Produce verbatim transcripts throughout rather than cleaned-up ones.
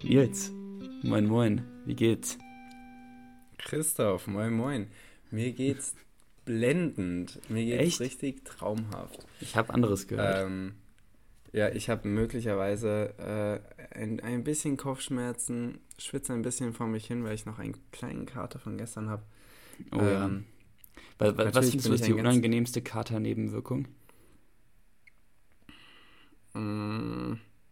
Nils, moin moin, wie geht's? Christoph, moin moin. Mir geht's blendend. Mir geht's Echt? richtig traumhaft. Ich habe anderes gehört. Ähm, ja, ich habe möglicherweise äh, ein, ein bisschen Kopfschmerzen, schwitze ein bisschen vor mich hin, weil ich noch einen kleinen Kater von gestern habe. Oh ja. Ähm, Was, was natürlich findest du bin ist ich die ein ganz... unangenehmste Kater-Nebenwirkung? Mm,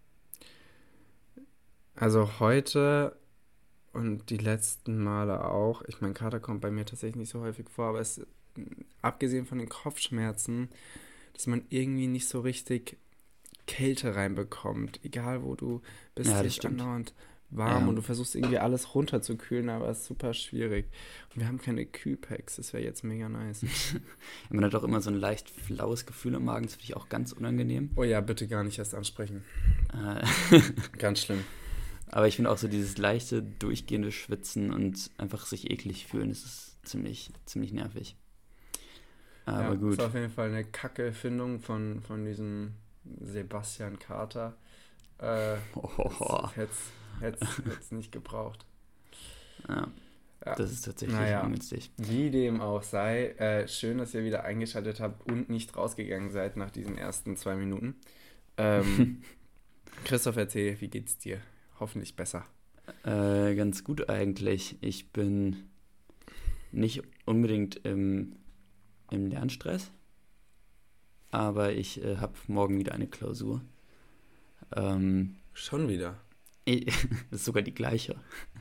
also heute und die letzten Male auch. Ich meine, Kater kommt bei mir tatsächlich nicht so häufig vor, aber es, abgesehen von den Kopfschmerzen, dass man irgendwie nicht so richtig Kälte reinbekommt. Egal wo du bist, Ja, hier das ist stimmt. andauernd warm Ja. und du versuchst irgendwie alles runterzukühlen, aber es ist super schwierig. Und wir haben keine Kühlpacks, das wäre jetzt mega nice. Man hat auch immer so ein leicht flaues Gefühl im Magen, das finde ich auch ganz unangenehm. Oh ja, bitte gar nicht erst ansprechen. Äh, Ganz schlimm. aber ich finde auch so dieses leichte, durchgehende Schwitzen und einfach sich eklig fühlen, das ist ziemlich, ziemlich nervig. Ja, Aber ist gut. auf jeden Fall eine Kacke-Erfindung von, von diesem Sebastian Kater. Äh, Oh, das hätte es nicht gebraucht. ja, Ja, das ist tatsächlich naja, ungünstig. wie dem auch sei, äh, schön, dass ihr wieder eingeschaltet habt und nicht rausgegangen seid nach diesen ersten zwei Minuten. Ähm, Christoph, erzähl, wie geht's dir? Hoffentlich besser. Äh, ganz gut eigentlich. Ich bin nicht unbedingt im, im Lernstress, aber ich äh, habe morgen wieder eine Klausur. Ähm, Schon wieder. eh, das ist sogar die gleiche.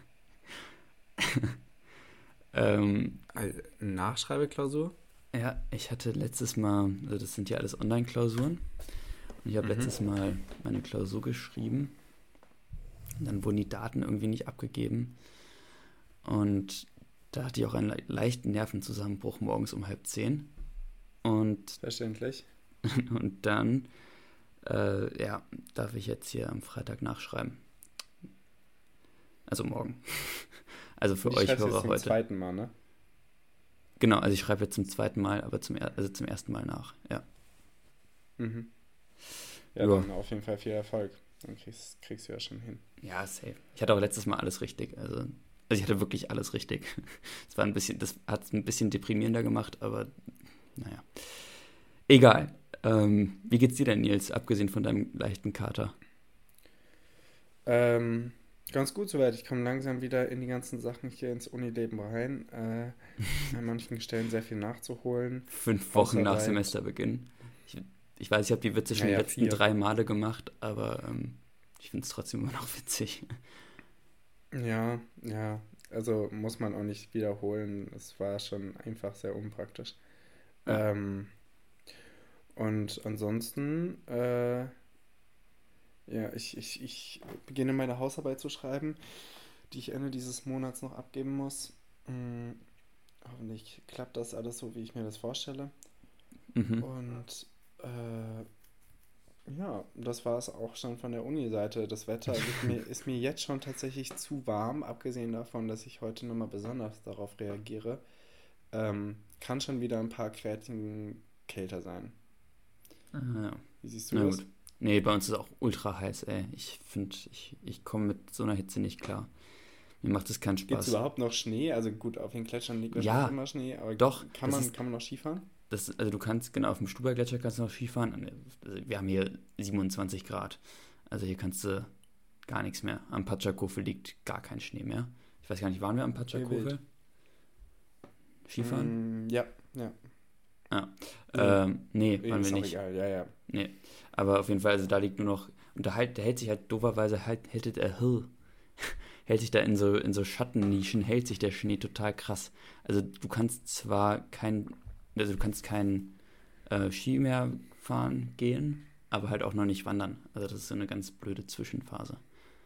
ähm, Also, Nachschreibeklausur? ja, ich hatte letztes Mal, also das sind ja alles Online-Klausuren, und ich habe Mhm. letztes Mal meine Klausur geschrieben. Und dann wurden die Daten irgendwie nicht abgegeben. Und da hatte ich auch einen le leichten Nervenzusammenbruch morgens um halb zehn. Und, Verständlich. und dann, äh, ja, darf ich jetzt hier am Freitag nachschreiben. Also morgen. Also für Ich euch schreibe jetzt Hörer zum heute. zweiten Mal, ne? Genau, also ich schreibe jetzt zum zweiten Mal, aber zum, er also zum ersten Mal nach. Ja. Mhm. Ja, Ja. dann auf jeden Fall viel Erfolg. Dann kriegst, kriegst du ja schon hin. Ja, safe. Ich hatte auch letztes Mal alles richtig. Also, also ich hatte wirklich alles richtig. Es war ein bisschen, das hat es ein bisschen deprimierender gemacht, aber naja. Egal. Ähm, wie geht's dir denn, Nils, abgesehen von deinem leichten Kater? Ähm, ganz gut soweit. Ich komme langsam wieder in die ganzen Sachen hier ins Unileben rein. Äh, an manchen Stellen sehr viel nachzuholen. Fünf Wochen nach Hausarbeit. Semesterbeginn. Ich, ich weiß, ich habe die Witze schon die Naja, letzten vier. drei Male gemacht, aber ähm, ich finde es trotzdem immer noch witzig. Ja, ja. Also muss man auch nicht wiederholen. Es war schon einfach sehr unpraktisch. Ja. Ähm, und ansonsten, äh, ja, ich, ich, ich beginne meine Hausarbeit zu schreiben, die ich Ende dieses Monats noch abgeben muss. Mm, hoffentlich klappt das alles so, wie ich mir das vorstelle. Mhm. Und äh, ja, das war es auch schon von der Uni-Seite. Das Wetter wird mir, ist mir jetzt schon tatsächlich zu warm, abgesehen davon, dass ich heute nochmal besonders darauf reagiere. Ähm, kann schon wieder ein paar Grad kälter sein. Ah, ja. Wie siehst du Na das? gut. Nee, bei uns ist auch ultra heiß, ey. Ich finde, ich, ich komme mit so einer Hitze nicht klar. Mir macht es keinen Gibt es Spaß. überhaupt noch Schnee? Also gut, auf den Gletschern liegt wahrscheinlich Ja, immer Schnee, aber doch, kann das man, ist, kann man noch Skifahren? das, also du kannst, genau, auf dem Stubergletscher kannst du noch Skifahren. Also wir haben hier siebenundzwanzig Grad. Also hier kannst du gar nichts mehr. Am Patschakofel liegt gar kein Schnee mehr. Ich weiß gar nicht, waren wir am Okay, wild. Patschakofel? Skifahren? Mm, ja, ja. Ja. Also, Ähm, nee, waren wir ist auch nicht. egal, ja, ja. Nee. Aber auf jeden Fall, also da liegt nur noch, und da, halt, da hält sich halt dooferweise, halt, hält, äh, hält sich da in so, in so Schattennischen, hält sich der Schnee total krass. Also du kannst zwar kein, also du kannst kein äh, Ski mehr fahren gehen, aber halt auch noch nicht wandern. Also das ist so eine ganz blöde Zwischenphase.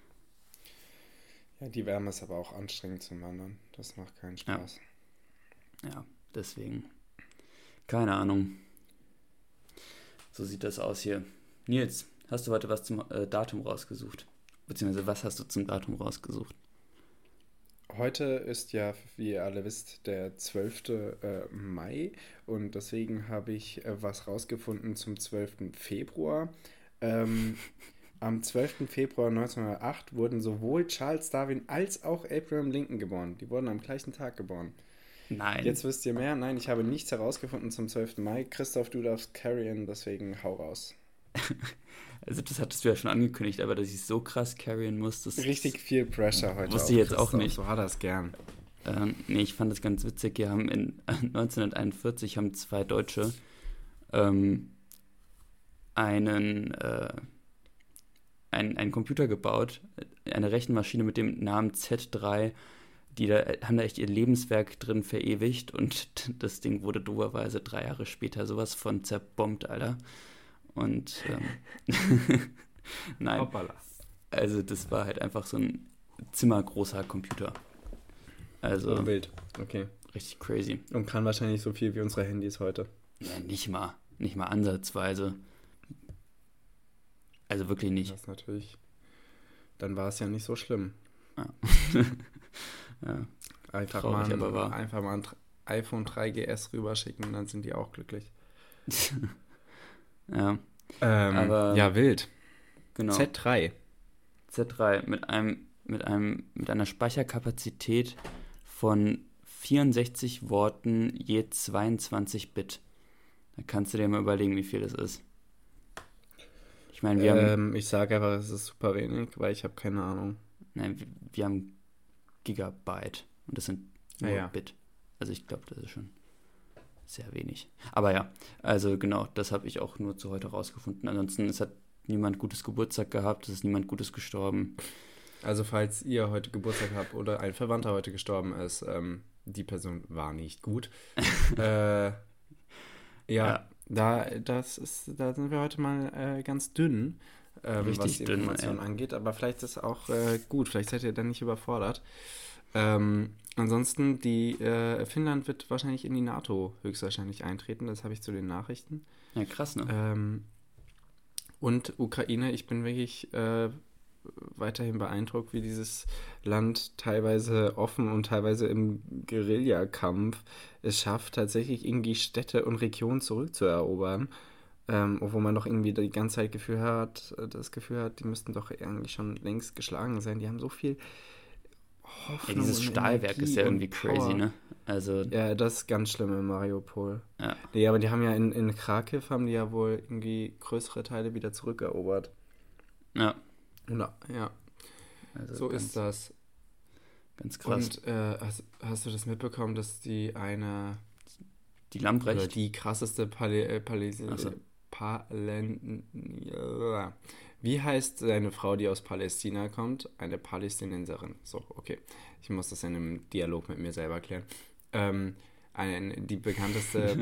Ja, die Wärme ist aber auch anstrengend zum Wandern. Das macht keinen Ja, Spaß. ja, deswegen. Keine Ahnung. So sieht das aus hier. Nils, hast du heute was zum äh, Datum rausgesucht? Beziehungsweise was hast du zum Datum rausgesucht? Heute ist ja, wie ihr alle wisst, der zwölfte Äh, Mai und deswegen habe ich äh, was rausgefunden zum zwölften Februar. Ähm, Am zwölften Februar neunzehnhundertacht wurden sowohl Charles Darwin als auch Abraham Lincoln geboren. Die wurden am gleichen Tag geboren. Nein. Jetzt wisst ihr mehr. Nein, ich habe nichts herausgefunden zum zwölften Mai. Christoph, du darfst carryen, deswegen hau raus. Also das hattest du ja schon angekündigt, aber dass ich so krass carryen muss, das Richtig viel Pressure heute. wusste ich jetzt auch Christoph. nicht. So hat er es gern. Ähm, nee, ich fand das ganz witzig. Wir haben in neunzehnhunderteinundvierzig haben zwei Deutsche ähm, einen, äh, einen, einen Computer gebaut, eine Rechenmaschine mit dem Namen Z drei. Die da, haben da echt ihr Lebenswerk drin verewigt und das Ding wurde doberweise drei Jahre später sowas von zerbombt, Alter. Und ähm, nein, Hoppala. also das war halt einfach so ein zimmergroßer Computer. Also Oh, wild. Okay. richtig crazy. Und kann wahrscheinlich so viel wie unsere Handys heute. Ja, nicht mal, nicht mal ansatzweise. Also wirklich nicht. Das natürlich. Dann war es ja nicht so schlimm. Ja. Ja, Einfach traurig, mal, aber ein, wahr. einfach mal ein Tr- iPhone drei G S rüberschicken, dann sind die auch glücklich. Ja, Ähm, Aber- ja, wild. genau. Z drei. Z drei mit einem, mit einem, mit einer Speicherkapazität von vierundsechzig Worten je zweiundzwanzig Bit. Da kannst du dir mal überlegen, wie viel das ist. Ich meine, wir haben, Ähm, ich sage einfach, es ist super wenig, weil ich habe keine Ahnung. nein, wir, wir haben Gigabyte und das sind nur Ah, ja. Bit. Also ich glaube, das ist schon sehr wenig. Aber ja, also genau, das habe ich auch nur zu heute rausgefunden. Ansonsten, es hat niemand gutes Geburtstag gehabt, es ist niemand Gutes gestorben. Also falls ihr heute Geburtstag habt oder ein Verwandter heute gestorben ist, ähm, die Person war nicht gut. äh, ja, Ja. Da, das ist, da sind wir heute mal äh, ganz dünn, ähm, Richtig was die dünn, Informationen ja. angeht. Aber vielleicht ist auch äh, gut, vielleicht seid ihr dann nicht überfordert. Ähm, ansonsten, die äh, Finnland wird wahrscheinlich in die NATO höchstwahrscheinlich eintreten. Das habe ich zu den Nachrichten. Ja, krass, ne? Ähm, und Ukraine, ich bin wirklich äh, weiterhin beeindruckt, wie dieses Land teilweise offen und teilweise im Guerillakampf es schafft, tatsächlich irgendwie Städte und Regionen zurückzuerobern. Ähm, obwohl man doch irgendwie die ganze Zeit Gefühl hat, das Gefühl hat, die müssten doch eigentlich schon längst geschlagen sein. Die haben so viel Ja, Hoffnung dieses und Stahlwerk Energie ist ja und irgendwie crazy, Power. ne? Also, Ja, das ist ganz schlimm in Mariupol. ja. Nee, aber die haben ja in, in Kharkiv haben die ja wohl irgendwie größere Teile wieder zurückerobert. Ja, Und, ja, also so ganz, ist das. ganz krass. Und äh, hast, hast du das mitbekommen, dass die eine Die oder Lamprecht, die krasseste Pale, äh, Pale, Ach so. Palen, ja. Wie heißt eine Frau, die aus Palästina kommt? Eine Palästinenserin. So, okay. Ich muss das in einem Dialog mit mir selber klären. Ähm, ein, die bekannteste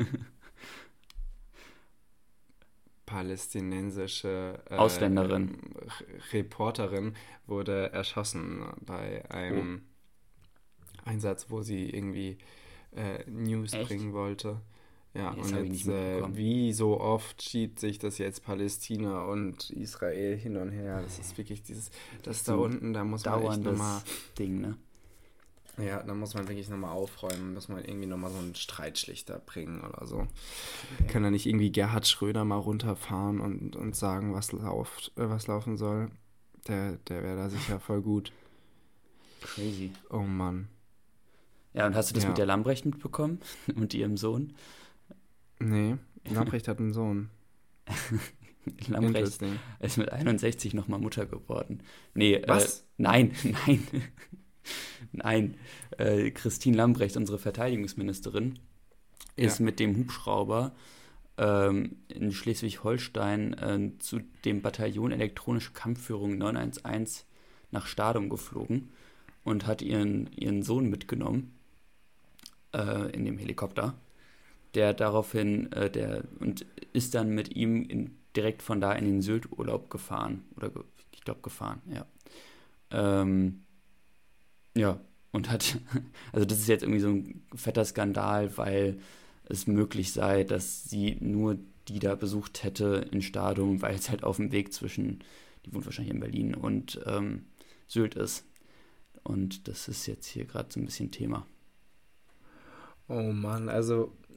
palästinensische äh, Ausländerin. Re- Reporterin wurde erschossen bei einem Einsatz, wo sie irgendwie äh, News Echt? bringen wollte. Ja, Nee, das und hab ich nicht jetzt, äh, mitbekommen. wie so oft schiebt sich das jetzt Palästina und Israel hin und her. Das ist wirklich dieses, das da so unten, da muss man echt Dauerndes nochmal, Ding, ne? ja, da muss man wirklich nochmal aufräumen, muss man irgendwie nochmal so einen Streitschlichter bringen oder so. Kann da nicht irgendwie Gerhard Schröder mal runterfahren und, und sagen, was lauft, äh, was laufen soll? Der, der wäre da sicher voll gut. Crazy. Oh Mann. Ja, und hast du das Ja. mit der Lambrecht mitbekommen? Und ihrem Sohn? Nee, Lamprecht hat einen Sohn. Lamprecht Interesting. ist mit einundsechzig nochmal Mutter geworden. Nee, Was? Äh, nein, nein. Nein. Äh, Christine Lambrecht, unsere Verteidigungsministerin, ist Ja. mit dem Hubschrauber ähm, in Schleswig-Holstein äh, zu dem Bataillon elektronische Kampfführung neun eins eins nach Stadum geflogen und hat ihren, ihren Sohn mitgenommen äh, in dem Helikopter, der daraufhin, äh, der und ist dann mit ihm in, direkt von da in den Sylt-Urlaub gefahren. Oder ge, ich glaube gefahren, ja. Ähm, ja, und hat, also das ist jetzt irgendwie so ein fetter Skandal, weil es möglich sei, dass sie nur die da besucht hätte in Stadum, weil es halt auf dem Weg zwischen, die wohnt wahrscheinlich in Berlin und ähm, Sylt ist. Und das ist jetzt hier gerade so ein bisschen Thema. Oh Mann, also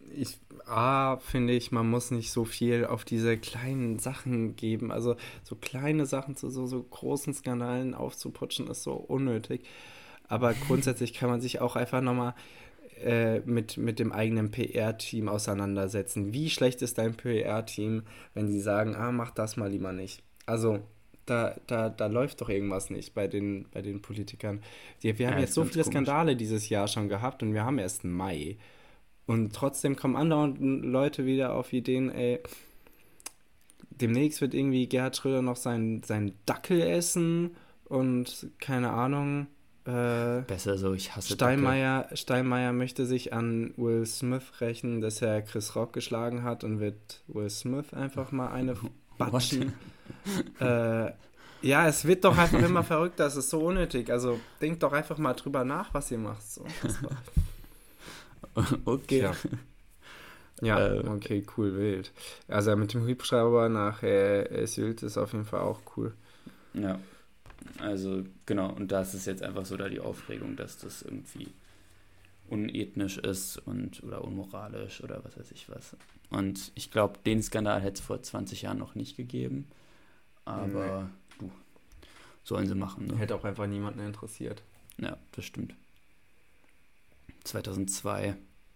ich, A, finde ich, man muss nicht so viel auf diese kleinen Sachen geben. Also so kleine Sachen zu so, so großen Skandalen aufzuputschen, ist so unnötig. Aber grundsätzlich kann man sich auch einfach nochmal äh, mit, mit dem eigenen P R-Team auseinandersetzen. Wie schlecht ist dein P R-Team, wenn sie sagen, ah, mach das mal lieber nicht. Also da, da, da läuft doch irgendwas nicht bei den, bei den Politikern. Die, wir haben Ja, jetzt ist so ganz viele komisch. Skandale dieses Jahr schon gehabt und wir haben erst Mai. Und trotzdem kommen andauernd Leute wieder auf Ideen, ey, demnächst wird irgendwie Gerhard Schröder noch seinen sein Dackel essen und keine Ahnung, äh, Besser so, ich hasse Dackel. Steinmeier, Steinmeier möchte sich an Will Smith rächen, dass er Chris Rock geschlagen hat und wird Will Smith einfach mal eine batschen. äh, ja, es wird doch einfach immer verrückter, es ist so unnötig. Also denkt doch einfach mal drüber nach, was ihr macht. So, das war Okay. Ja. Ja, Äh, okay, cool, wild. Also mit dem Hubschrauber nach äh, Sylt ist auf jeden Fall auch cool. Ja, also genau, und da ist es jetzt einfach so da die Aufregung, dass das irgendwie unethnisch ist und oder unmoralisch oder was weiß ich was. Und ich glaube, den Skandal hätte es vor zwanzig Jahren noch nicht gegeben, aber du, sollen sie machen. Ne? Hätte auch einfach niemanden interessiert. Ja, das stimmt. zweitausendzwei.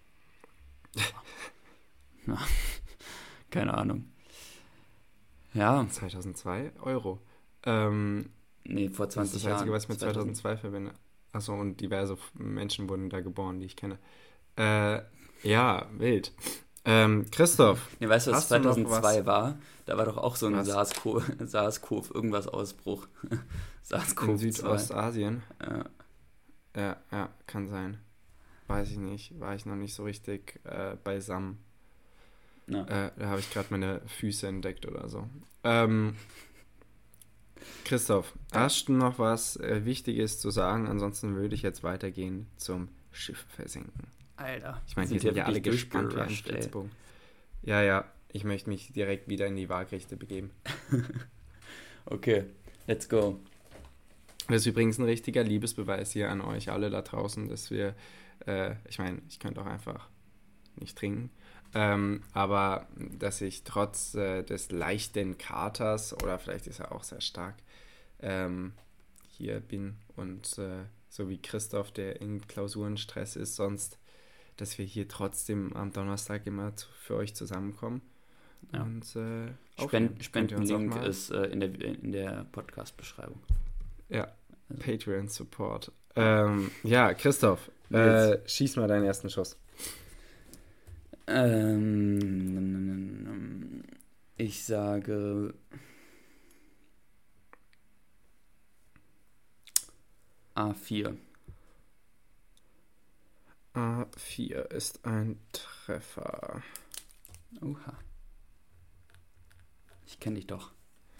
Ja, keine Ahnung. Ja, zweitausendzwei Euro. Ähm, nee, vor das ist zwanzig das Einzige, Jahren. was ich mit zweitausendzwei verbinde. Achso, und diverse Menschen wurden da geboren, die ich kenne. Äh, ja, wild. Ähm, Christoph, Nee, weißt du, was hast du noch zweitausendzwei was? war? Da war doch auch so ein Was? SARS-CoV, SARS-CoV irgendwas Ausbruch. In SARS-CoV zwei. Südostasien? Ja, Ja, ja, kann sein. Weiß ich nicht. War ich noch nicht so richtig äh, beisammen. ja. Äh, da habe ich gerade meine Füße entdeckt oder so. Ähm, Christoph, hast du noch was äh, Wichtiges zu sagen? Ansonsten würde ich jetzt weitergehen zum Schiff versenken. Alter. Ich meine, wir wir sind ja alle wirklich gespannt wie ein durchgerusht, ey. Flitzebogen. Ja, ja, ich möchte mich direkt wieder in die Waagrechte begeben. Okay, let's go. Das ist übrigens ein richtiger Liebesbeweis hier an euch alle da draußen, dass wir, äh, ich meine, ich könnte auch einfach nicht trinken, ähm, aber dass ich trotz äh, des leichten Katers, oder vielleicht ist er auch sehr stark, ähm, hier bin und äh, so wie Christoph, der in Klausurenstress ist, sonst, dass wir hier trotzdem am Donnerstag immer zu, für euch zusammenkommen. Ja. Und äh, Spend, aufnehmen. Könnt ihr uns auch Spendenlink mal- ist äh, in der, in der Podcast-Beschreibung. Ja, Patreon Support. Ähm, ja, Christoph, äh, schieß mal deinen ersten Schuss. Ähm, ich sage A vier. A vier ist ein Treffer. Oha. Ich kenne dich doch.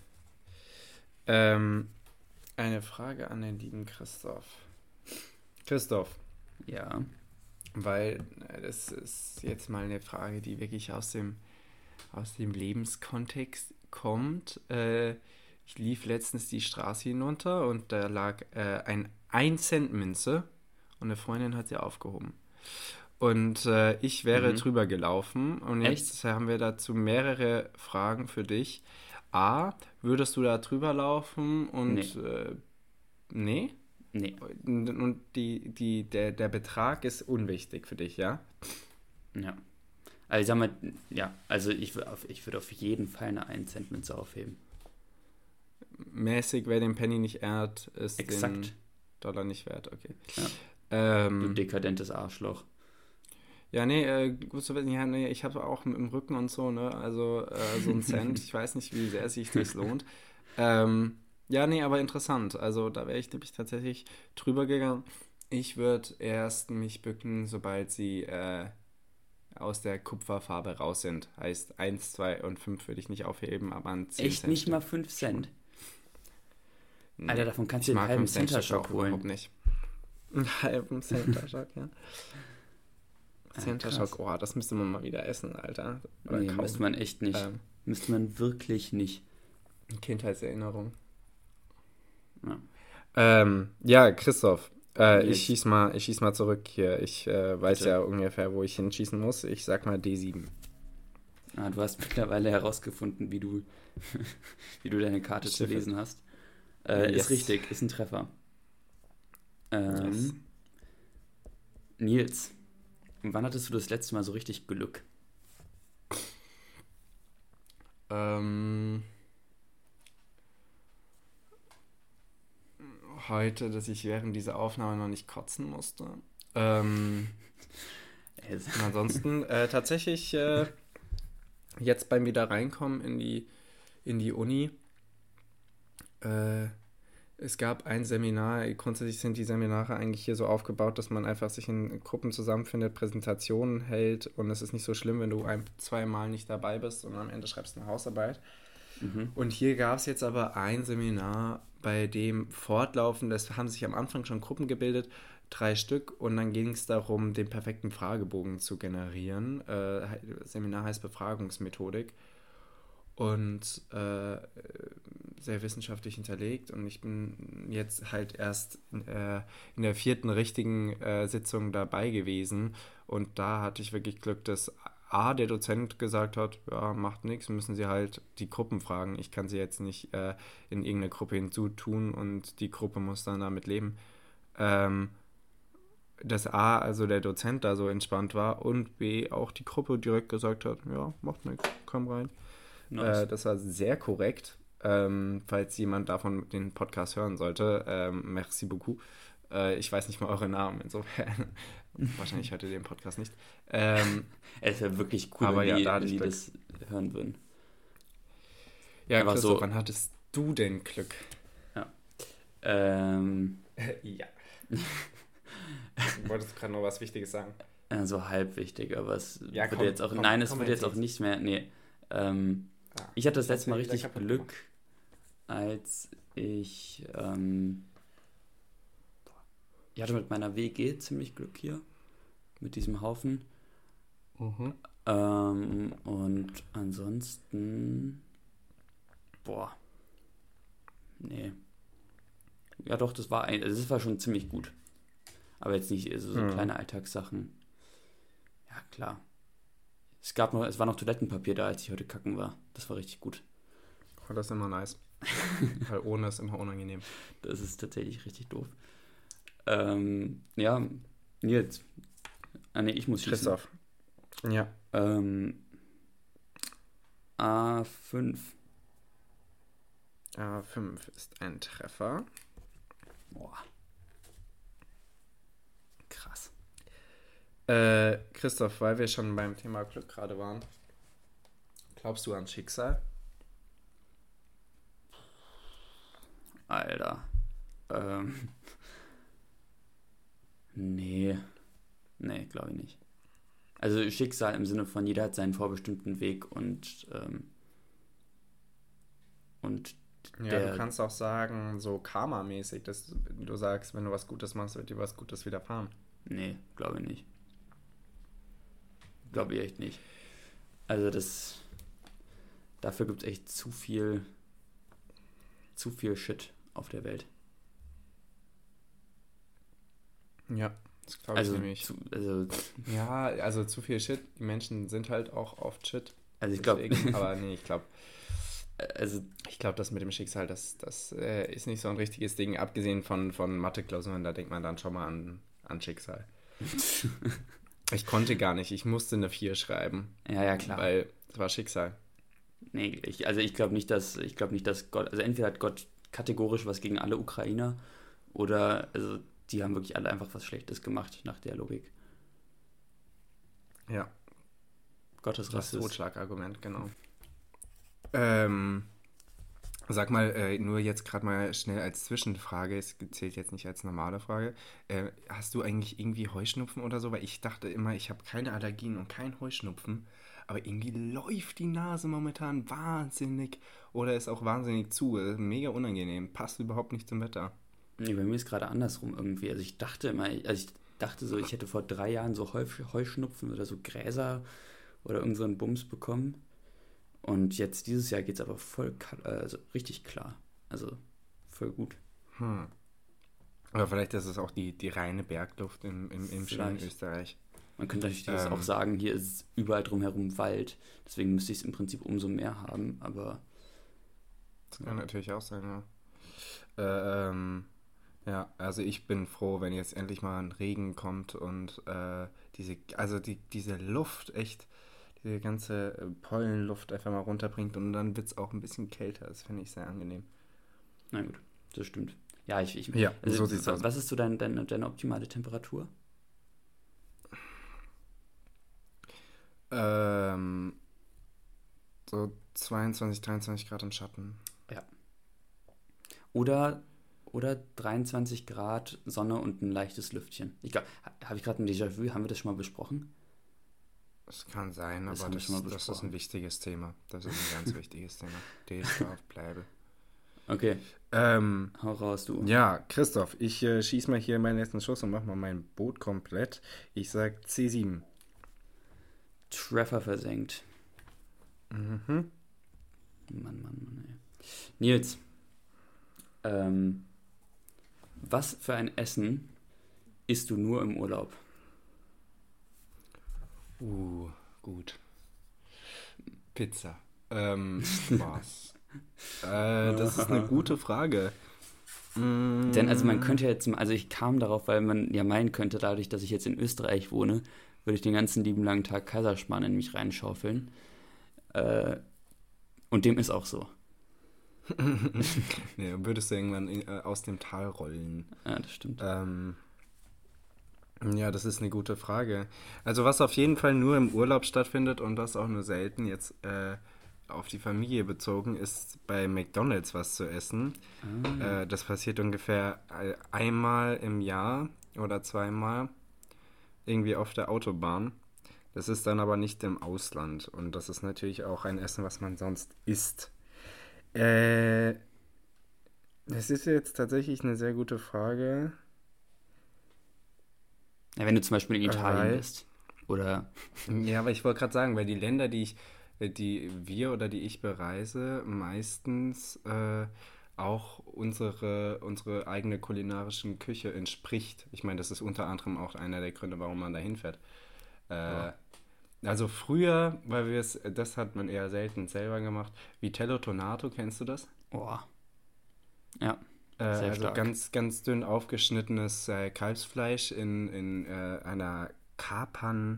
Ähm, eine Frage an den lieben Christoph. Christoph, Ja. weil äh, das ist jetzt mal eine Frage, die wirklich aus dem, aus dem Lebenskontext kommt. Äh, ich lief letztens die Straße hinunter und da lag äh, ein ein Cent Münze und eine Freundin hat sie aufgehoben. Und äh, ich wäre Mhm. drüber gelaufen und jetzt haben wir dazu mehrere Fragen für dich. A, würdest du da drüber laufen und Nee. äh, nee? Nee. Und und die, die, der, der Betrag ist unwichtig für dich, ja? Ja. Also ich sag mal, ja, also ich würde auf, ich würd auf jeden Fall eine ein Cent Münze aufheben. Mäßig, wer den Penny nicht ehrt, ist den Exakt. Dollar nicht wert, okay. Ja. Du Ähm, dekadentes Arschloch. ja, nee, äh, gut zu wissen, ja, nee, ich habe auch im Rücken und so, ne, also äh, so ein Cent, ich weiß nicht, wie sehr sich das lohnt. Ähm, ja, nee, aber interessant, also da wäre ich nämlich tatsächlich drüber gegangen. Ich würde erst mich bücken, sobald sie äh, aus der Kupferfarbe raus sind. Heißt eins, zwei und fünf würde ich nicht aufheben, aber an zehn Echt Cent nicht Stück. mal fünf Cent? Nee, Alter, davon kannst du ich den mag halben fünf Cent Stück Center-Schock auch holen. überhaupt nicht. Einen halben Center-Schock, ja. Ah, Center-Schock, krass. oh, das müsste man mal wieder essen, Alter. Oder Nee, kaufen. müsste man echt nicht. Ähm, Müsste man wirklich nicht. Kindheitserinnerung. Ja. Ähm, ja, Christoph, Äh, ich Nils, schieß mal, ich schieß mal zurück hier. Ich äh, weiß bitte. ja ungefähr, wo ich hinschießen muss. Ich sag mal D sieben. Ah, du hast mittlerweile herausgefunden, wie du, wie du deine Karte zu Schiffe. lesen hast. Äh, ist Yes. richtig, ist ein Treffer. Yes. Ähm, Nils, wann hattest du das letzte Mal so richtig Glück? Ähm, heute, dass ich während dieser Aufnahme noch nicht kotzen musste. Ähm, Äh, und ansonsten äh, tatsächlich äh, jetzt beim wieder reinkommen in die, in die Uni. Äh, es gab ein Seminar, grundsätzlich sind die Seminare eigentlich hier so aufgebaut, dass man einfach sich in Gruppen zusammenfindet, Präsentationen hält und es ist nicht so schlimm, wenn du ein, zweimal nicht dabei bist und am Ende schreibst du eine Hausarbeit. Mhm. Und hier gab es jetzt aber ein Seminar, bei dem fortlaufend, es haben sich am Anfang schon Gruppen gebildet, drei Stück, und dann ging es darum, den perfekten Fragebogen zu generieren. Äh, Seminar heißt Befragungsmethodik und äh, sehr wissenschaftlich hinterlegt, und ich bin jetzt halt erst äh, in der vierten richtigen äh, Sitzung dabei gewesen, und da hatte ich wirklich Glück, dass A, der Dozent gesagt hat, ja, macht nichts, müssen Sie halt die Gruppen fragen. Ich kann Sie jetzt nicht äh, in irgendeine Gruppe hinzutun und die Gruppe muss dann damit leben. Ähm, dass A, also der Dozent da so entspannt war, und B, auch die Gruppe direkt gesagt hat, ja, macht nichts, komm rein. Nice. Äh, das war sehr korrekt. Ähm, falls jemand davon den Podcast hören sollte, ähm, merci beaucoup. Äh, ich weiß nicht mal eure Namen, insofern. Wahrscheinlich hört ihr den Podcast nicht. Ähm, Es wäre wirklich cool, aber wenn ja, die, da hatte wenn ich die Glück. das hören würden. Ja, Einfach Christoph, so, wann hattest du denn Glück? ja. Ähm, Ja. Du wolltest gerade noch was Wichtiges sagen. äh, so halb wichtig, aber es Ja, würde komm, jetzt auch, komm, nein, es komm, würde jetzt auch erzähl's. nicht mehr, nee. Ähm, Ah, ich hatte das das hast letzte du Mal ja wieder richtig kaputt Glück, gemacht. als ich, ähm, ich hatte mit meiner W G ziemlich Glück hier, mit diesem Haufen. Mhm. Ähm, und ansonsten, boah, nee. Ja doch, das war, ein, also das war schon ziemlich gut. Aber jetzt nicht also so Hm. kleine Alltagssachen. Ja, klar. Es gab noch, es war noch Toilettenpapier da, als ich heute kacken war. Das war richtig gut. Oh, das ist immer nice. Weil ohne ist immer unangenehm. Das ist tatsächlich richtig doof. Ähm, ja, Nils. Ah, nee, ich muss schießen. Christoph. Ja. Ähm, A fünf. A fünf ist ein Treffer. Boah, krass. Äh, Christoph, weil wir schon beim Thema Glück gerade waren, glaubst du an Schicksal? Alter. Ähm, nee. Nee, glaube ich nicht. Also Schicksal im Sinne von jeder hat seinen vorbestimmten Weg und, ähm, und Ja, du der, kannst auch sagen, so Karma-mäßig, dass du sagst, wenn du was Gutes machst, wird dir was Gutes widerfahren. nee, glaube ich nicht. Glaube ich echt nicht. Also das, dafür gibt es echt zu viel, zu viel Shit auf der Welt. Ja, das glaube ich Also, nämlich. zu, also, Ja, also zu viel Shit. Die Menschen sind halt auch oft Shit. also ich glaube, Deswegen, aber nee, ich glaube, also, ich glaube, das mit dem Schicksal, das, das äh, ist nicht so ein richtiges Ding. Abgesehen von, von Mathe-Klausuren, da denkt man dann schon mal an, an Schicksal. Ich konnte gar nicht, ich musste eine vier schreiben, ja, ja, klar. weil es war Schicksal. Nee, ich, also ich glaube nicht, dass, ich glaube nicht, dass Gott, also entweder hat Gott kategorisch was gegen alle Ukrainer oder, also die haben wirklich alle einfach was Schlechtes gemacht nach der Logik. Ja, Gott ist das Rassist. Totschlagargument, genau. Ähm, sag mal, äh, nur jetzt gerade mal schnell als Zwischenfrage, es zählt jetzt nicht als normale Frage. Äh, hast du eigentlich irgendwie Heuschnupfen oder so? Weil ich dachte immer, ich habe keine Allergien und kein Heuschnupfen, aber irgendwie läuft die Nase momentan wahnsinnig oder ist auch wahnsinnig zu. Äh, Mega unangenehm, passt überhaupt nicht zum Wetter. Nee, bei mir ist gerade andersrum irgendwie. Also ich dachte immer, also ich dachte so, ich hätte vor drei Jahren so Heu, Heuschnupfen oder so Gräser oder irgend so einen Bums bekommen. Und jetzt dieses Jahr geht es aber voll, kal- also richtig klar. Also voll gut. Hm. Aber vielleicht ist es auch die, die reine Bergluft im, im, im schönen Vielleicht. Österreich. Man könnte natürlich das Ähm. auch sagen, hier ist überall drumherum Wald, deswegen müsste ich es im Prinzip umso mehr haben, aber Das kann natürlich auch sein, ja. Äh, ähm, ja, also ich bin froh, wenn jetzt endlich mal ein Regen kommt und äh, diese, also die, diese Luft, echt, diese ganze äh, Pollenluft einfach mal runterbringt und dann wird es auch ein bisschen kälter. Das finde ich sehr angenehm. na gut, das stimmt. Ja, ich, ich Ja, also, so sieht's wa- aus. was ist so dein, deine, deine optimale Temperatur? Ähm, so zweiundzwanzig, dreiundzwanzig Grad im Schatten. Ja. Oder, oder dreiundzwanzig Grad Sonne und ein leichtes Lüftchen. Ich glaube, habe ich gerade ein Déjà-vu? Haben wir das schon mal besprochen? Das kann sein, Das aber haben wir das, schon mal das ist besprochen. ein wichtiges Thema. Das ist ein ganz wichtiges Thema. Das drauf bleibe. Okay, Ähm, hau raus, du. ja, Christoph, ich äh, schieß mal hier meinen letzten Schuss und mach mal mein Boot komplett. Ich sag C sieben. Treffer versenkt. Mhm. Mann, Mann, Mann, ey. Nils, ähm, was für ein Essen isst du nur im Urlaub? Uh, gut. Pizza. Ähm, was? äh, das ist eine gute Frage. Mm, Denn also man könnte jetzt, also ich kam darauf, weil man ja meinen könnte, dadurch, dass ich jetzt in Österreich wohne, würde ich den ganzen lieben langen Tag Kaiserschmarrn in mich reinschaufeln. Äh, und dem ist auch so. nee, dann würdest du irgendwann in, äh, aus dem Tal rollen. Ja, das stimmt. Ähm, ja, das ist eine gute Frage. Also was auf jeden Fall nur im Urlaub stattfindet und das auch nur selten jetzt äh, auf die Familie bezogen, ist bei McDonald's was zu essen. Ah, Äh, das passiert ungefähr ein- einmal im Jahr oder zweimal irgendwie auf der Autobahn. Das ist dann aber nicht im Ausland und das ist natürlich auch ein Essen, was man sonst isst. Äh, das ist jetzt tatsächlich eine sehr gute Frage. ja, wenn du zum Beispiel in Italien Weil, bist. Oder, ja, aber ich wollte gerade sagen, weil die Länder, die ich, äh, die wir oder die ich bereise, meistens äh, auch unsere, unsere eigene kulinarischen Küche entspricht. Ich meine, das ist unter anderem auch einer der Gründe, warum man da hinfährt. Äh, ja, also früher, weil wir es, das hat man eher selten selber gemacht. Vitello Tonato, kennst du das? oh, ja, Äh, sehr also stark. ganz, ganz dünn aufgeschnittenes äh, Kalbsfleisch in, in äh, einer Kapern.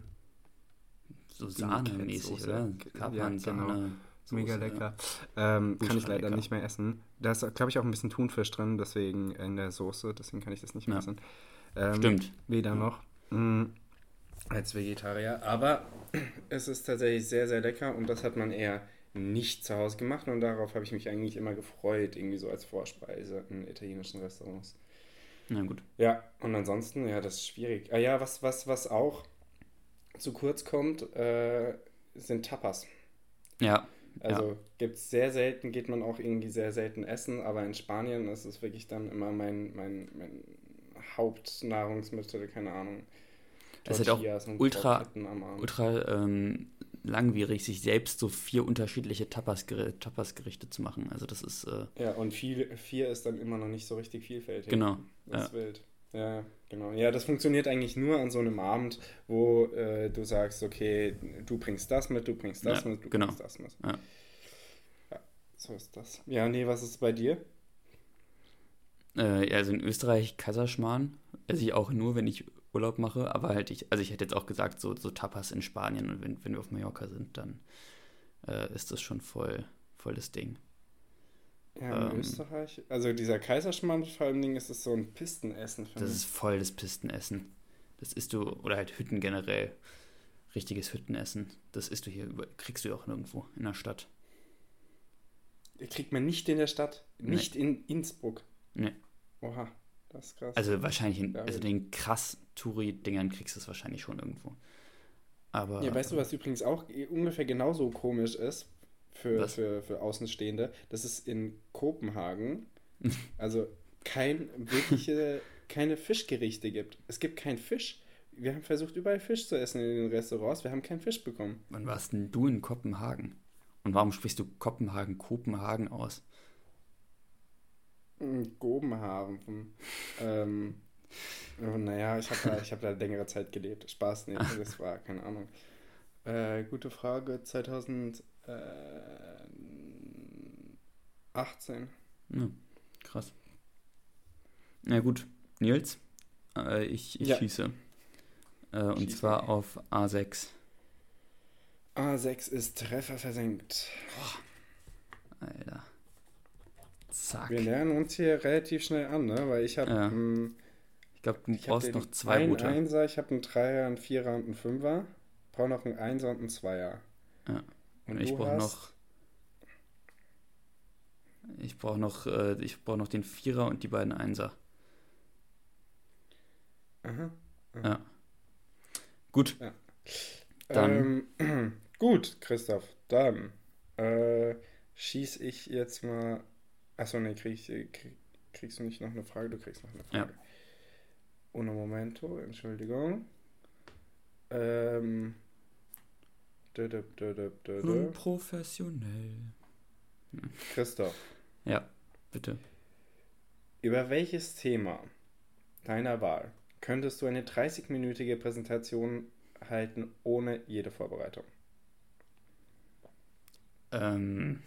So Vinaigrette-Soße. Sahne-mäßig, oder? Ja, Kapern, genau. Sahne, Mega Soße, ja. lecker. Ähm, kann ich Ultra leider lecker. nicht mehr essen. Da ist, glaube ich, auch ein bisschen Thunfisch drin, deswegen in der Soße, deswegen kann ich das nicht mehr Ja, essen. Ähm, stimmt. weder Ja. noch. Mm, als Vegetarier. Aber es ist tatsächlich sehr, sehr lecker und das hat man eher nicht zu Hause gemacht und darauf habe ich mich eigentlich immer gefreut, irgendwie so als Vorspeise in italienischen Restaurants. Na gut. Ja, und ansonsten, ja, das ist schwierig. Ah ja, was, was, was auch zu kurz kommt, äh, sind Tapas. Ja, ja. Also gibt es sehr selten, geht man auch irgendwie sehr selten essen, aber in Spanien ist es wirklich dann immer mein, mein, mein Hauptnahrungsmittel, keine Ahnung, Es ist halt auch Tortillas und ultra, Kroketten am Abend. ultra ähm, langwierig, sich selbst so vier unterschiedliche Tapas-Gerichte Tapas zu machen. Also das ist, äh, Ja, und viel, vier ist dann immer noch nicht so richtig vielfältig. genau. Das Ja, ist wild. Ja, genau. Ja, das funktioniert eigentlich nur an so einem Abend, wo äh, du sagst, okay, du bringst das mit, du bringst das ja, mit, du genau. bringst das mit. Ja. Ja, so ist das. Ja, nee, was ist bei dir? Äh, ja, also in Österreich Kaiserschmarrn esse ich auch nur, wenn ich Urlaub mache, aber halt ich, also ich hätte jetzt auch gesagt, so, so Tapas in Spanien und wenn, wenn wir auf Mallorca sind, dann äh, ist das schon voll, voll das Ding. Ja, in Ähm, Österreich. Also dieser Kaiserschmarrn vor allem Ding ist es so ein Pistenessen, finde Das ich. ist voll das Pistenessen. Das isst du, oder halt Hütten generell. Richtiges Hüttenessen. Das isst du hier, über- kriegst du ja auch nirgendwo in der Stadt. Kriegt man nicht in der Stadt, Nee, nicht in Innsbruck. nee. Oha, das ist krass. Also wahrscheinlich in, Ja, also den krass Touri-Dingern kriegst du es wahrscheinlich schon irgendwo. ja, Aber, weißt du, was übrigens auch ungefähr genauso komisch ist für, was? für, für Außenstehende? Das ist in Kopenhagen, also kein wirkliche, keine Fischgerichte gibt. Es gibt keinen Fisch. Wir haben versucht, überall Fisch zu essen in den Restaurants. Wir haben keinen Fisch bekommen. Wann warst denn du in Kopenhagen? Und warum sprichst du Kopenhagen, Kopenhagen aus? Gobenhaven. Vom, ähm, oh, naja, ich habe da, ich hab da längere Zeit gelebt. Spaß, nee, das war, keine Ahnung. Äh, gute Frage, zwanzig achtzehn. Ja, krass. Na gut, Nils, äh, ich, ich Ja. schieße. Äh, und Schieß zwar mal. auf A sechs. A sechs ist Treffer versenkt. Alter. Zack. Wir lernen uns hier relativ schnell an, ne? Weil ich habe Ja. ähm, Ich glaube, du ich hab brauchst den noch zwei einen Router. Einser, ich habe einen Dreier, einen Vierer und einen Fünfer. Brauche noch einen Einser und einen Zweier. Ja. Und Ich du brauche hast noch, ich brauche noch, äh, ich brauche noch den Vierer und die beiden Einser. Aha. Ja. Gut, Ja. dann, Ähm, gut, Christoph, dann äh, schieß ich jetzt mal. Achso, nee, krieg ich, krieg, kriegst du nicht noch eine Frage? Du kriegst noch eine ja. Frage. Uno momento, Entschuldigung. Ähm. dö, dö, dö, dö, dö, dö. Unprofessionell. Christoph, Ja, bitte. über welches Thema deiner Wahl könntest du eine dreißig-minütige Präsentation halten ohne jede Vorbereitung? Ähm,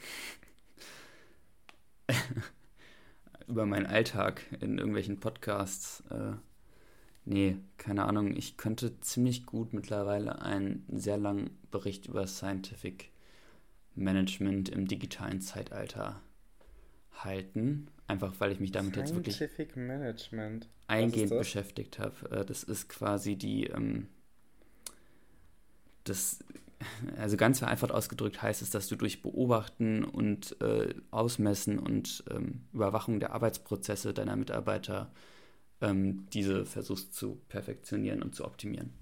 über meinen Alltag in irgendwelchen Podcasts. Äh, nee, keine Ahnung. Ich könnte ziemlich gut mittlerweile einen sehr langen Bericht über Scientific Management im digitalen Zeitalter halten. Einfach weil ich mich damit jetzt wirklich Scientific Management. Was ist eingehend das? beschäftigt habe. Äh, Das ist quasi die, ähm, das, also ganz vereinfacht ausgedrückt heißt es, dass du durch Beobachten und äh, Ausmessen und ähm, Überwachung der Arbeitsprozesse deiner Mitarbeiter ähm, diese versuchst zu perfektionieren und zu optimieren.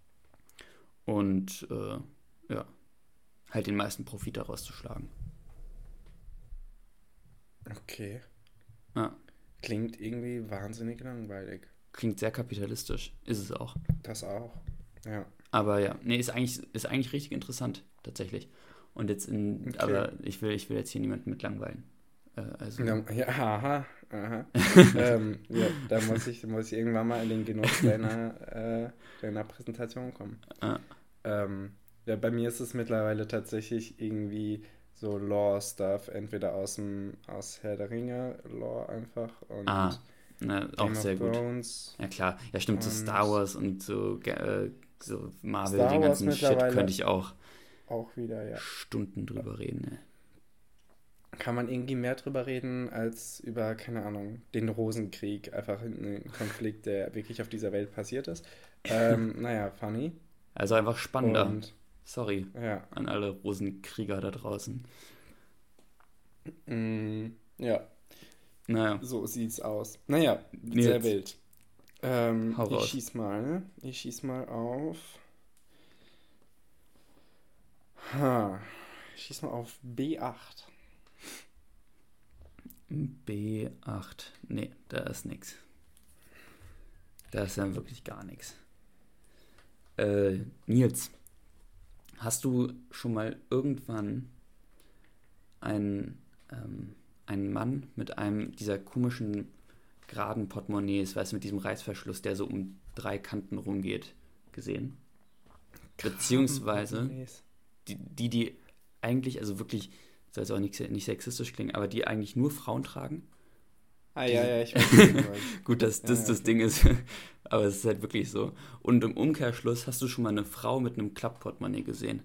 Und äh, ja, halt den meisten Profit daraus zu schlagen. Okay. Ja, Klingt irgendwie wahnsinnig langweilig. klingt sehr kapitalistisch, ist es auch. Das auch. Ja. Aber ja, nee, ist eigentlich, ist eigentlich richtig interessant, tatsächlich. Und jetzt in, Okay. aber ich will, ich will jetzt hier niemanden mit langweilen. Äh, also, Ja, ja, aha, aha. ähm, ja, da muss ich, muss ich irgendwann mal in den Genuss deiner, äh, deiner Präsentation kommen. äh, Ähm, ja, bei mir ist es mittlerweile tatsächlich irgendwie so Lore-Stuff, entweder aus dem, aus Herr der Ringe, Lore einfach, und ah, na, auch Game of sehr gut. Thrones Ja klar, ja stimmt, so und Star Wars und so, äh, so Marvel, Star den Wars ganzen Shit könnte mittlerweile ich auch auch wieder, ja. Stunden drüber reden. Ne? Kann man irgendwie mehr drüber reden als über, keine Ahnung, den Rosenkrieg, einfach ein Konflikt, der wirklich auf dieser Welt passiert ist. Ähm, naja, funny. Also einfach spannender. Und Sorry ja, an alle Rosenkrieger da draußen. mm, ja, Naja, so sieht's aus. Naja, nee, sehr jetzt wild. Ähm, hau ich raus. schieß mal, ich schieß mal auf, ha, ich schieß mal auf B acht. B acht. Nee, da ist nix. Da ist ja wirklich gar nichts. Äh, Nils, hast du schon mal irgendwann einen, ähm, einen Mann mit einem dieser komischen geraden Portemonnaies, weißt du, mit diesem Reißverschluss, der so um drei Kanten rumgeht, gesehen? Beziehungsweise Portemonnaies. die, die, die eigentlich, also wirklich, soll jetzt auch nicht, nicht sexistisch klingen, aber die eigentlich nur Frauen tragen. Ah, ja, Diese, ja, ich weiß, was du meinst. gut, dass Ja, das ja, das okay. Ding ist, aber es ist halt wirklich so. Und im Umkehrschluss hast du schon mal eine Frau mit einem Klappportemonnaie gesehen.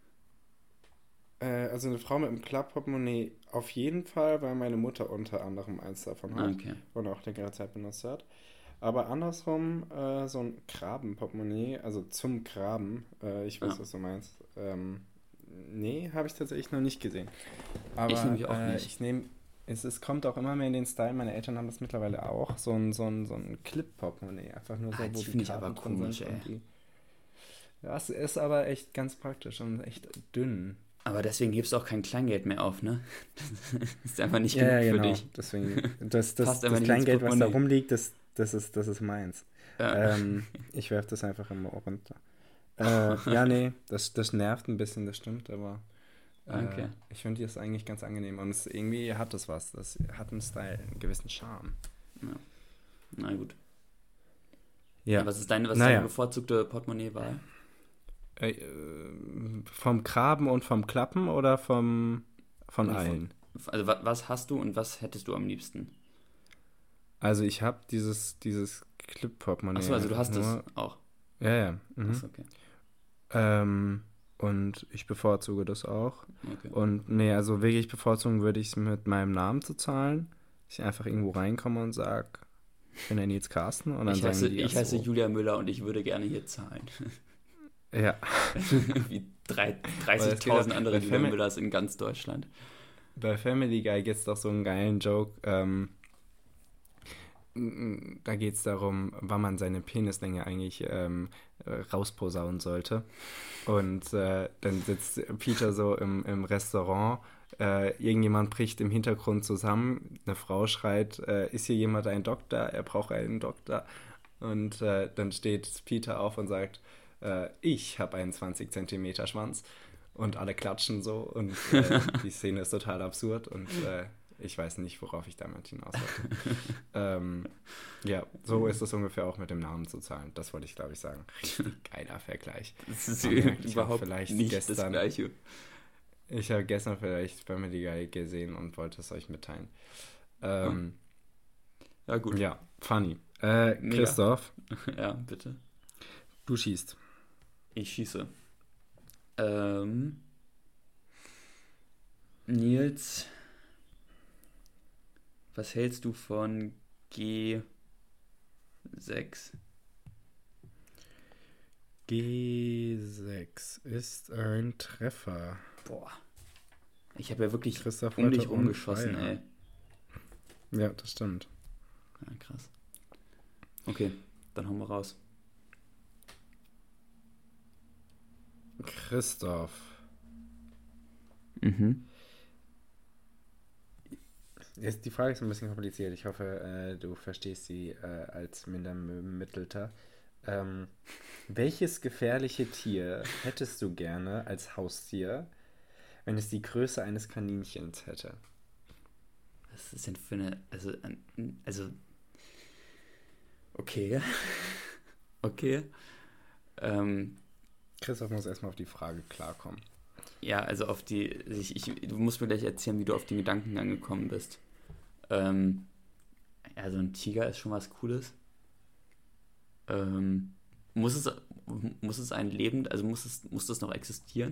Äh, also eine Frau mit einem Klappportemonnaie auf jeden Fall, weil meine Mutter unter anderem eins davon Ah, hat okay. und auch längere Zeit benutzt hat. Aber andersrum, äh, so ein Krabenportemonnaie, also zum Graben, äh, ich weiß, Ja, was du meinst. Ähm, nee, habe ich tatsächlich noch nicht gesehen. ich Aber nämlich auch äh, nicht. ich nehme, es, es kommt auch immer mehr in den Style, meine Eltern haben das mittlerweile auch, so ein, so ein, so ein Clip-Portemonnaie, einfach nur so, Ah, wo die die finde ich aber Karten drin komisch, sind ey. und die. Ja, es ist aber echt ganz praktisch und echt dünn. Aber deswegen gibst du auch kein Kleingeld mehr auf, ne? Das ist einfach nicht Ja, genug ja, für genau. dich. Deswegen, das, das, Passt einfach das nicht ins Kleingeld, was da Portemonnaie. rumliegt, das, das ist, das ist meins. Ja. Ähm, ich werfe das einfach immer runter. Äh, ja, nee, das, das nervt ein bisschen, das stimmt, aber Okay. Äh, ich finde die ist eigentlich ganz angenehm und es irgendwie hat es was. Das hat einen Style, einen gewissen Charme. Ja. Na gut. Ja. Und was ist deine, was ist Naja. deine bevorzugte Portemonnaie-Wahl? Äh, äh, vom Graben und vom Klappen oder vom von Und allen? von- Also wa- was hast du und was hättest du am liebsten? Also ich habe dieses, dieses Clip-Portemonnaie. Achso, also du hast es nur, auch. Ja, ja. Mhm. Achso, okay. Ähm, und ich bevorzuge das auch. okay. Und nee, also wirklich bevorzugen würde ich es mit meinem Namen zu zahlen. Dass ich einfach irgendwo reinkomme und sage, ich bin der Nils Carsten. Und dann Ich sagen heiße, die, ich ach heiße so. Julia Müller und ich würde gerne hier zahlen. Ja. Wie drei- Weil es dreißigtausend geht andere bei Julia Fami- Müllers in ganz Deutschland. Bei Family Guy gibt es doch so einen geilen Joke. Ähm, m- da geht es darum, wann man seine Penislänge eigentlich ähm, äh, rausposaunen sollte. Und äh, dann sitzt Peter so im, im Restaurant. Äh, irgendjemand bricht im Hintergrund zusammen. Eine Frau schreit, äh, ist hier jemand ein Doktor? Er braucht einen Doktor. Und äh, dann steht Peter auf und sagt, äh, ich habe einen zwanzig Zentimeter Schwanz. Und alle klatschen so und äh, die Szene ist total absurd und äh, ich weiß nicht, worauf ich damit hinaus wollte. ähm, ja, so ist es ungefähr auch mit dem Namen zu zahlen. Das wollte ich, glaube ich, sagen. Richtig geiler Vergleich. Das ist Aber ich hab überhaupt vielleicht nicht das gestern- Gleiche. Ich habe gestern vielleicht Family Guy gesehen und wollte es euch mitteilen. Ähm, Ja, gut. ja, funny. Äh, Mega. Christoph, Ja, bitte. du schießt. Ich schieße. Ähm, Nils, was hältst du von G sechs? G sechs ist ein Treffer. Boah. Ich habe ja wirklich Christoph um dich heute on rumgeschossen, fire. ey. Ja, das stimmt. Ja, krass. Okay, dann hauen wir raus. Christoph. Mhm. Jetzt, die Frage ist ein bisschen kompliziert. Ich hoffe, äh, du verstehst sie äh, als Mindermittelter. Ähm, welches gefährliche Tier hättest du gerne als Haustier, wenn es die Größe eines Kaninchens hätte? Was ist denn für eine, also, ein- also, okay, okay, ähm, Christoph muss erstmal auf die Frage klarkommen. ja, also auf die, ich, ich, du musst mir gleich erzählen, wie du auf den Gedankengang gekommen bist. Ähm, ja, so ein Tiger ist schon was Cooles. Ähm, muss es, muss es ein lebend, also muss es, muss das noch existieren?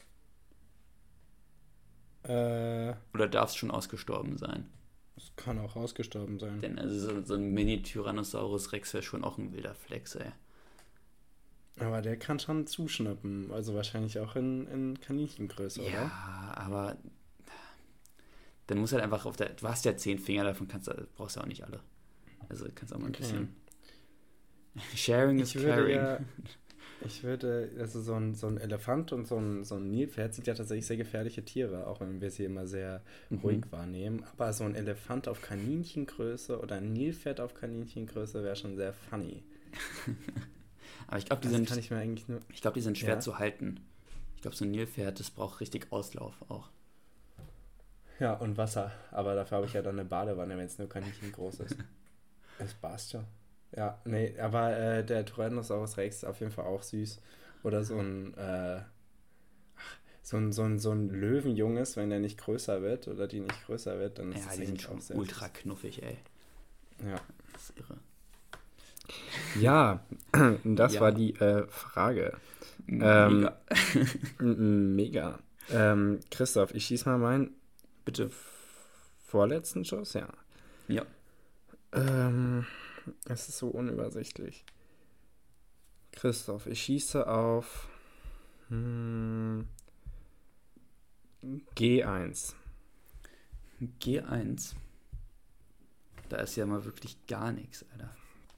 Äh, Oder darf es schon ausgestorben sein? es kann auch ausgestorben sein. Denn also so, so ein Mini-Tyrannosaurus Rex wäre schon auch ein wilder Flex, ey. Aber der kann schon zuschnappen. Also wahrscheinlich auch in, in Kaninchengröße, oder? Ja, aber dann muss halt einfach auf der. Du hast ja zehn Finger, davon kannst du, brauchst du auch nicht alle. Also kannst auch mal ein Okay. bisschen. Sharing is Ich würde caring. ja, ich würde, also so ein, so ein Elefant und so ein, so ein Nilpferd sind ja tatsächlich sehr gefährliche Tiere, auch wenn wir sie immer sehr Mhm. ruhig wahrnehmen. Aber so ein Elefant auf Kaninchengröße oder ein Nilpferd auf Kaninchengröße wäre schon sehr funny. Aber ich glaube, die Das sind. kann ich mir eigentlich nur... Ich glaube, die sind schwer Ja. zu halten. Ich glaube, so ein Nilpferd, das braucht richtig Auslauf auch. Ja, und Wasser. Aber dafür habe ich ja dann eine Badewanne, wenn es nur Kaninchen groß ist. Das passt ja. Ja, nee, aber äh, der Tyrannosaurus Rex ist auf jeden Fall auch süß. Oder so ein, äh, so ein, so ein, so ein Löwenjunges, wenn der nicht größer wird oder die nicht größer wird, dann ist Ja, das die sind eigentlich schon auch sehr ultra knuffig, ey. süß. Ja. Das ist irre. Ja, das Ja. war die äh, Frage. Mega. Ähm, Mega. Ähm, Christoph, ich schieß mal meinen Bitte. vorletzten Schuss, ja. Ja. Ähm, es ist so unübersichtlich. Christoph, ich schieße auf hm, G eins. G eins. Da ist ja mal wirklich gar nichts, Alter.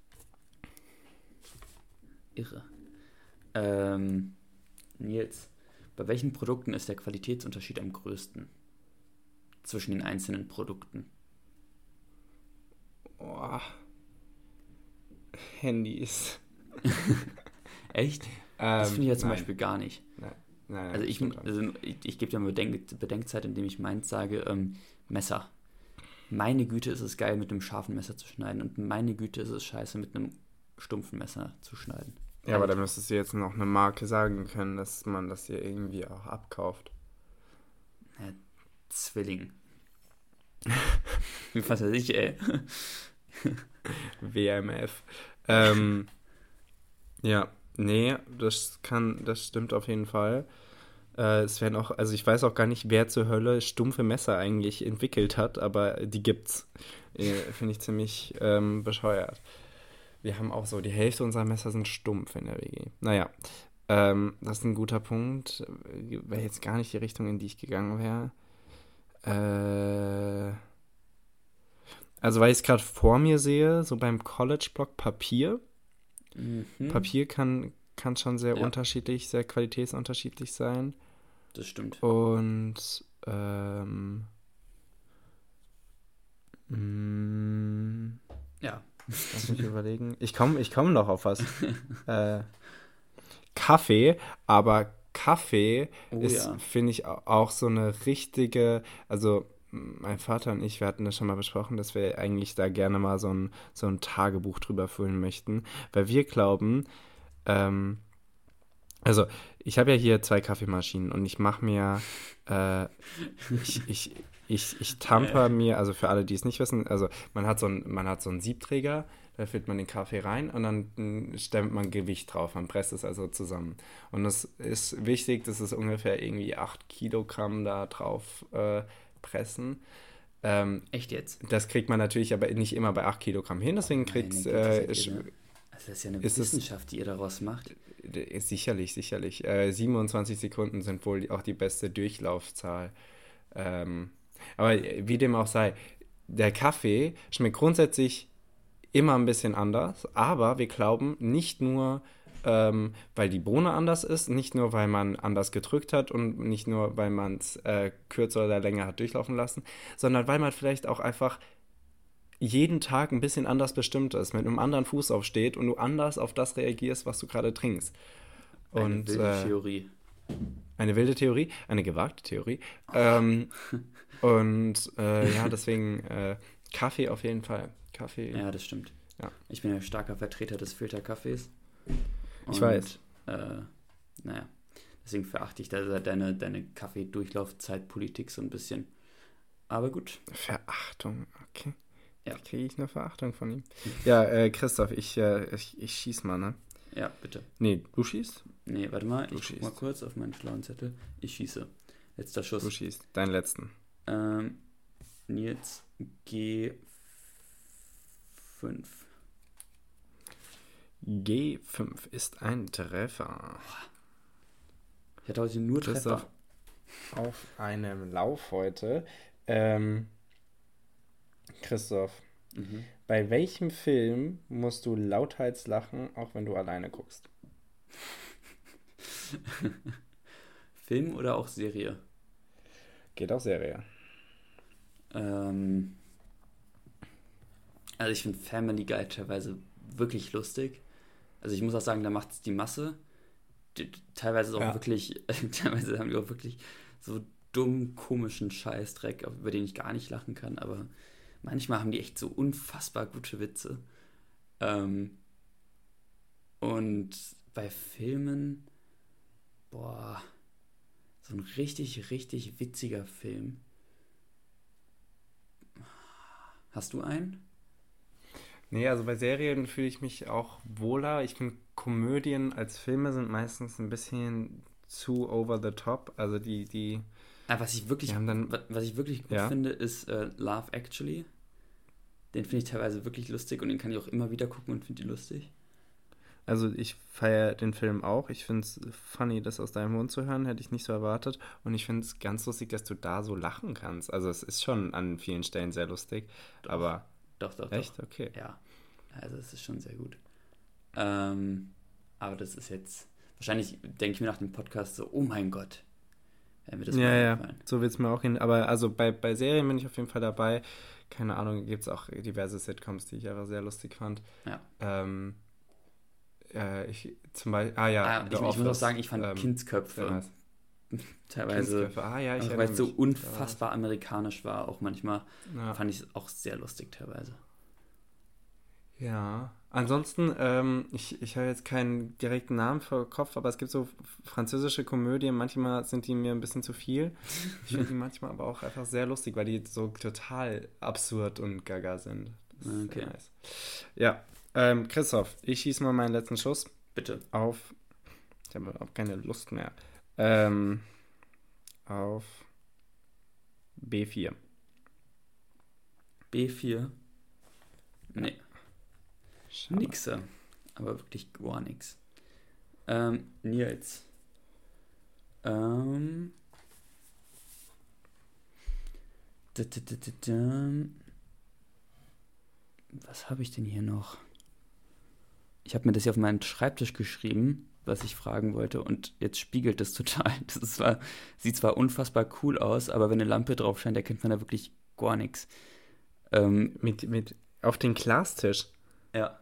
Irre. Ähm, Nils, bei welchen Produkten ist der Qualitätsunterschied am größten? Zwischen den einzelnen Produkten. Oh. Handys. Echt? Ähm, Das finde ich ja zum nein. Beispiel gar nicht. Nein, Naja, also ich, also ich, ich gebe dir mal Bedenk, Bedenkzeit, indem ich meins sage, ähm, Messer. Meine Güte ist es geil, mit einem scharfen Messer zu schneiden und meine Güte ist es scheiße, mit einem stumpfen Messer zu schneiden. Ja, aber da müsstest du jetzt noch eine Marke sagen können, dass man das hier irgendwie auch abkauft. Ja, Zwilling. Wie was weiß ich, ey. W M F. Ähm, ja, nee, das kann, das stimmt auf jeden Fall. Äh, es werden auch, also ich weiß auch gar nicht, wer zur Hölle stumpfe Messer eigentlich entwickelt hat, aber die gibt's. Äh, Finde ich ziemlich ähm, bescheuert. Wir haben auch so, die Hälfte unserer Messer sind stumpf in der W G. Naja, ähm, das ist ein guter Punkt. Wäre jetzt gar nicht die Richtung, in die ich gegangen wäre. Äh, also, weil ich es gerade vor mir sehe, so beim College-Block Papier. Mhm. Papier kann, kann schon sehr Ja. unterschiedlich, sehr qualitätsunterschiedlich sein. Das stimmt. Und, ähm, mh, Ja. lass mich überlegen. Ich komme ich komm noch auf was. äh, Kaffee, aber Kaffee Oh ist, ja. finde ich, au- auch so eine richtige, also mein Vater und ich, wir hatten das schon mal besprochen, dass wir eigentlich da gerne mal so ein, so ein Tagebuch drüber füllen möchten, weil wir glauben, ähm, also ich habe ja hier zwei Kaffeemaschinen und ich mache mir, äh, ich, ich, ich, ich tamper mir, also für alle, die es nicht wissen, also man hat so ein, man hat so einen Siebträger, da füllt man den Kaffee rein und dann mm, stemmt man Gewicht drauf, man presst es also zusammen. Und das ist wichtig, dass es ungefähr irgendwie acht Kilogramm da drauf äh, pressen. Ähm, Echt jetzt? das kriegt man natürlich aber nicht immer bei acht Kilogramm hin, deswegen Meine kriegt Güte, äh, seid sch- ihr da? Also das ist ja eine ist es Wissenschaft, die ihr daraus macht. äh, sicherlich, sicherlich. Äh, siebenundzwanzig Sekunden sind wohl auch die beste Durchlaufzahl. Ähm, aber wie dem auch sei, der Kaffee schmeckt grundsätzlich immer ein bisschen anders, aber wir glauben nicht nur, ähm, weil die Bohne anders ist, nicht nur, weil man anders gedrückt hat und nicht nur, weil man es äh, kürzer oder länger hat durchlaufen lassen, sondern weil man vielleicht auch einfach jeden Tag ein bisschen anders bestimmt ist, mit einem anderen Fuß aufsteht und du anders auf das reagierst, was du gerade trinkst. Eine Und wilde äh, Theorie. eine wilde Theorie, eine gewagte Theorie. Ähm, und äh, ja, deswegen äh, Kaffee auf jeden Fall. Kaffee, Ja, das stimmt. ja. Ich bin ja starker Vertreter des Filterkaffees. Ich Und, weiß. Äh, naja, deswegen verachte ich da deine, deine Kaffeedurchlaufzeitpolitik so ein bisschen. Aber gut. Verachtung, okay. Ja. Kriege ich eine Verachtung von ihm? Ja, äh, Christoph, ich, äh, ich, ich schieß mal, ne? Ja, bitte. Nee, du schießt? Nee, warte mal, Du ich guck schießt. mal kurz auf meinen schlauen Zettel. Ich schieße. Letzter Schuss. Du schießt. Deinen letzten. Ähm, Nils G fünf. G fünf ist ein Treffer. Ich hatte heute nur Christoph, Treffer. auf einem Lauf heute. Ähm, Christoph, Mhm. bei welchem Film musst du lauthals lachen, auch wenn du alleine guckst? Film oder auch Serie? Geht auch Serie. Ähm, also ich finde Family Guy teilweise wirklich lustig. Also ich muss auch sagen, da macht es die Masse. Die, teilweise auch Ja. wirklich, teilweise haben die auch wirklich so dumm, komischen Scheißdreck, über den ich gar nicht lachen kann, aber manchmal haben die echt so unfassbar gute Witze. Ähm, und bei Filmen, boah, so ein richtig, richtig witziger Film. Hast du einen? Nee, also bei Serien fühle ich mich auch wohler. Ich finde, Komödien als Filme sind meistens ein bisschen zu over the top. Also die, die, Ah, was ich wirklich, die haben dann, wa- was ich wirklich gut ja, finde, ist äh, Love Actually. Den finde ich teilweise wirklich lustig und den kann ich auch immer wieder gucken und finde die lustig. also ich feiere den Film auch. Ich finde es funny, das aus deinem Mund zu hören, hätte ich nicht so erwartet. Und ich finde es ganz lustig, dass du da so lachen kannst. Also es ist schon an vielen Stellen sehr lustig, Doch, aber doch, doch, echt? doch. Okay. Ja, also es ist schon sehr gut. Ähm, aber das ist jetzt, wahrscheinlich denke ich mir nach dem Podcast so, oh mein Gott, wäre mir das Ja, mal ja, eingefallen. so wird es mir auch hin. Aber also bei, bei Serien bin ich auf jeden Fall dabei. Keine Ahnung, gibt es auch diverse Sitcoms, die ich einfach sehr lustig fand. Ja. Ähm, äh, ich zum Beispiel, ah ja, Ah, The ich, ich muss auch Office. sagen, ich fand ähm, sehr Kindsköpfe nice. teilweise, Kindsköpfe, ah ja, ich weil erinnere es so mich. unfassbar amerikanisch war, auch manchmal, Ja. fand ich es auch sehr lustig teilweise. Ja, ansonsten, ähm, ich, ich habe jetzt keinen direkten Namen vor Kopf, aber es gibt so französische Komödien, manchmal sind die mir ein bisschen zu viel. Ich finde die manchmal aber auch einfach sehr lustig, weil die so total absurd und gaga sind. Das ist Okay. sehr nice. Ja, ähm, Christoph, ich schieße mal meinen letzten Schuss Bitte. auf, ich habe auch keine Lust mehr, ähm, auf B vier. B vier? Nee, Schade. nixe. Aber wirklich gar nix. Ähm, Nils. Ähm. da, da, da, da, da. Was habe ich denn hier noch? Ich habe mir das hier auf meinen Schreibtisch geschrieben, was ich fragen wollte, und jetzt spiegelt es total. Das ist zwar, sieht zwar unfassbar cool aus, aber wenn eine Lampe drauf scheint, erkennt man da wirklich gar nichts. Ähm, Mit, mit, auf den Glastisch. ja.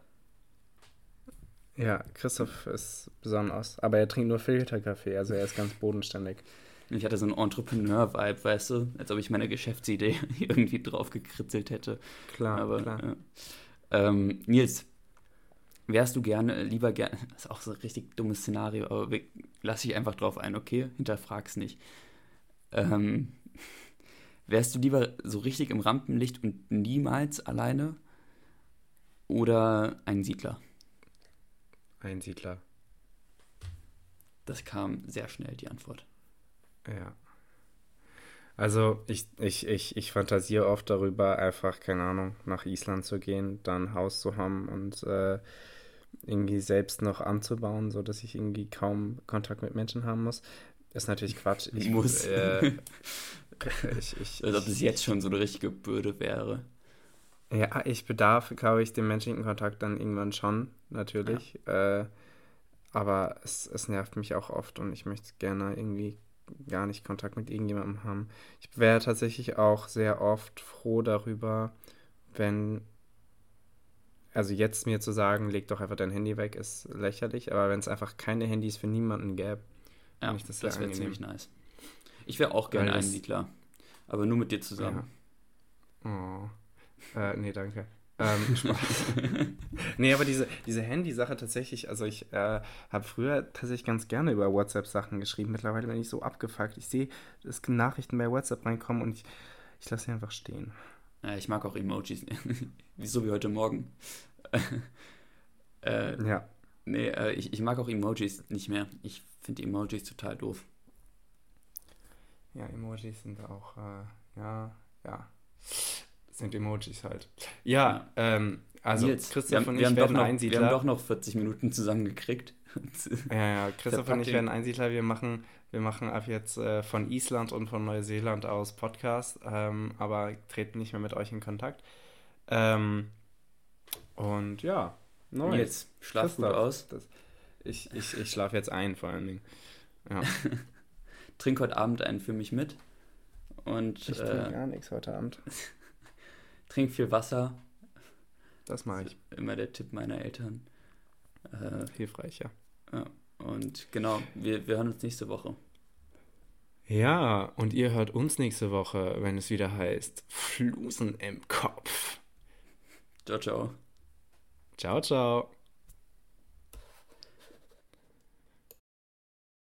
Ja, Christoph ist besonders. Aber er trinkt nur Filterkaffee, also er ist ganz bodenständig. Ich hatte so einen Entrepreneur-Vibe, weißt du, als ob ich meine Geschäftsidee irgendwie drauf gekritzelt hätte. Klar, Aber, klar. ja. Ähm, Nils, wärst du gerne, lieber gerne, das ist auch so ein richtig dummes Szenario, aber wir- lass dich einfach drauf ein, okay? Hinterfrag's nicht. Ähm, wärst du lieber so richtig im Rampenlicht und niemals alleine oder ein Siedler? Einsiedler. Das kam sehr schnell, die Antwort. Ja. Also ich, ich, ich, ich fantasiere oft darüber, einfach, keine Ahnung, nach Island zu gehen, dann ein Haus zu haben und äh, irgendwie selbst noch anzubauen, sodass ich irgendwie kaum Kontakt mit Menschen haben muss. Ist natürlich Quatsch. Ich Muss. Äh, ich, ich, Als ob das ich, jetzt schon so eine richtige Bürde wäre. Ja, ich bedarf, glaube ich, dem menschlichen Kontakt dann irgendwann schon, natürlich. Äh, aber es, es nervt mich auch oft und ich möchte gerne irgendwie gar nicht Kontakt mit irgendjemandem haben. Ich wäre tatsächlich auch sehr oft froh darüber, wenn, also jetzt mir zu sagen, leg doch einfach dein Handy weg, ist lächerlich, aber wenn es einfach keine Handys für niemanden gäbe, Ja, finde ich das das sehr wäre angenehm. ziemlich nice. Ich wäre auch gerne Weil ein das- Siedler, aber nur mit dir zusammen. Oh. Äh, nee, danke. Ähm, Spaß. Nee, aber diese, diese Handy-Sache tatsächlich, also ich äh, habe früher tatsächlich ganz gerne über WhatsApp Sachen geschrieben. Mittlerweile bin ich so abgefuckt. Ich sehe, dass Nachrichten bei WhatsApp reinkommen und ich, ich lasse sie einfach stehen. Ja, ich mag auch Emojis, so wie heute Morgen. äh, Ja, nee, äh, ich, ich mag auch Emojis nicht mehr. Ich finde die Emojis total doof. ja, Emojis sind auch, äh, ja, ja, sind Emojis halt. Ja, Ja. ähm, also Nils, wir Christoph haben, und wir ich haben doch werden noch, wir haben Einsiedler. doch noch vierzig Minuten zusammengekriegt. Ja, ja, Christoph und ich Verpackt werden Einsiedler. Wir machen, wir machen ab jetzt äh, von Island und von Neuseeland aus Podcast, ähm, aber treten nicht mehr mit euch in Kontakt. Ähm, und ja, nice. Nils, schlaf gut Christoph, aus. Das, ich ich, ich schlafe jetzt ein, vor allen Dingen. Ja. Trink heute Abend einen für mich mit. Und Ich trinke äh, gar nichts heute Abend. trink viel Wasser. Das mache ich. Immer der Tipp meiner Eltern. Äh, Hilfreich, ja. ja. Und genau, wir, wir hören uns nächste Woche. Ja, und ihr hört uns nächste Woche, wenn es wieder heißt Flusen im Kopf. Ciao, ciao. Ciao, ciao.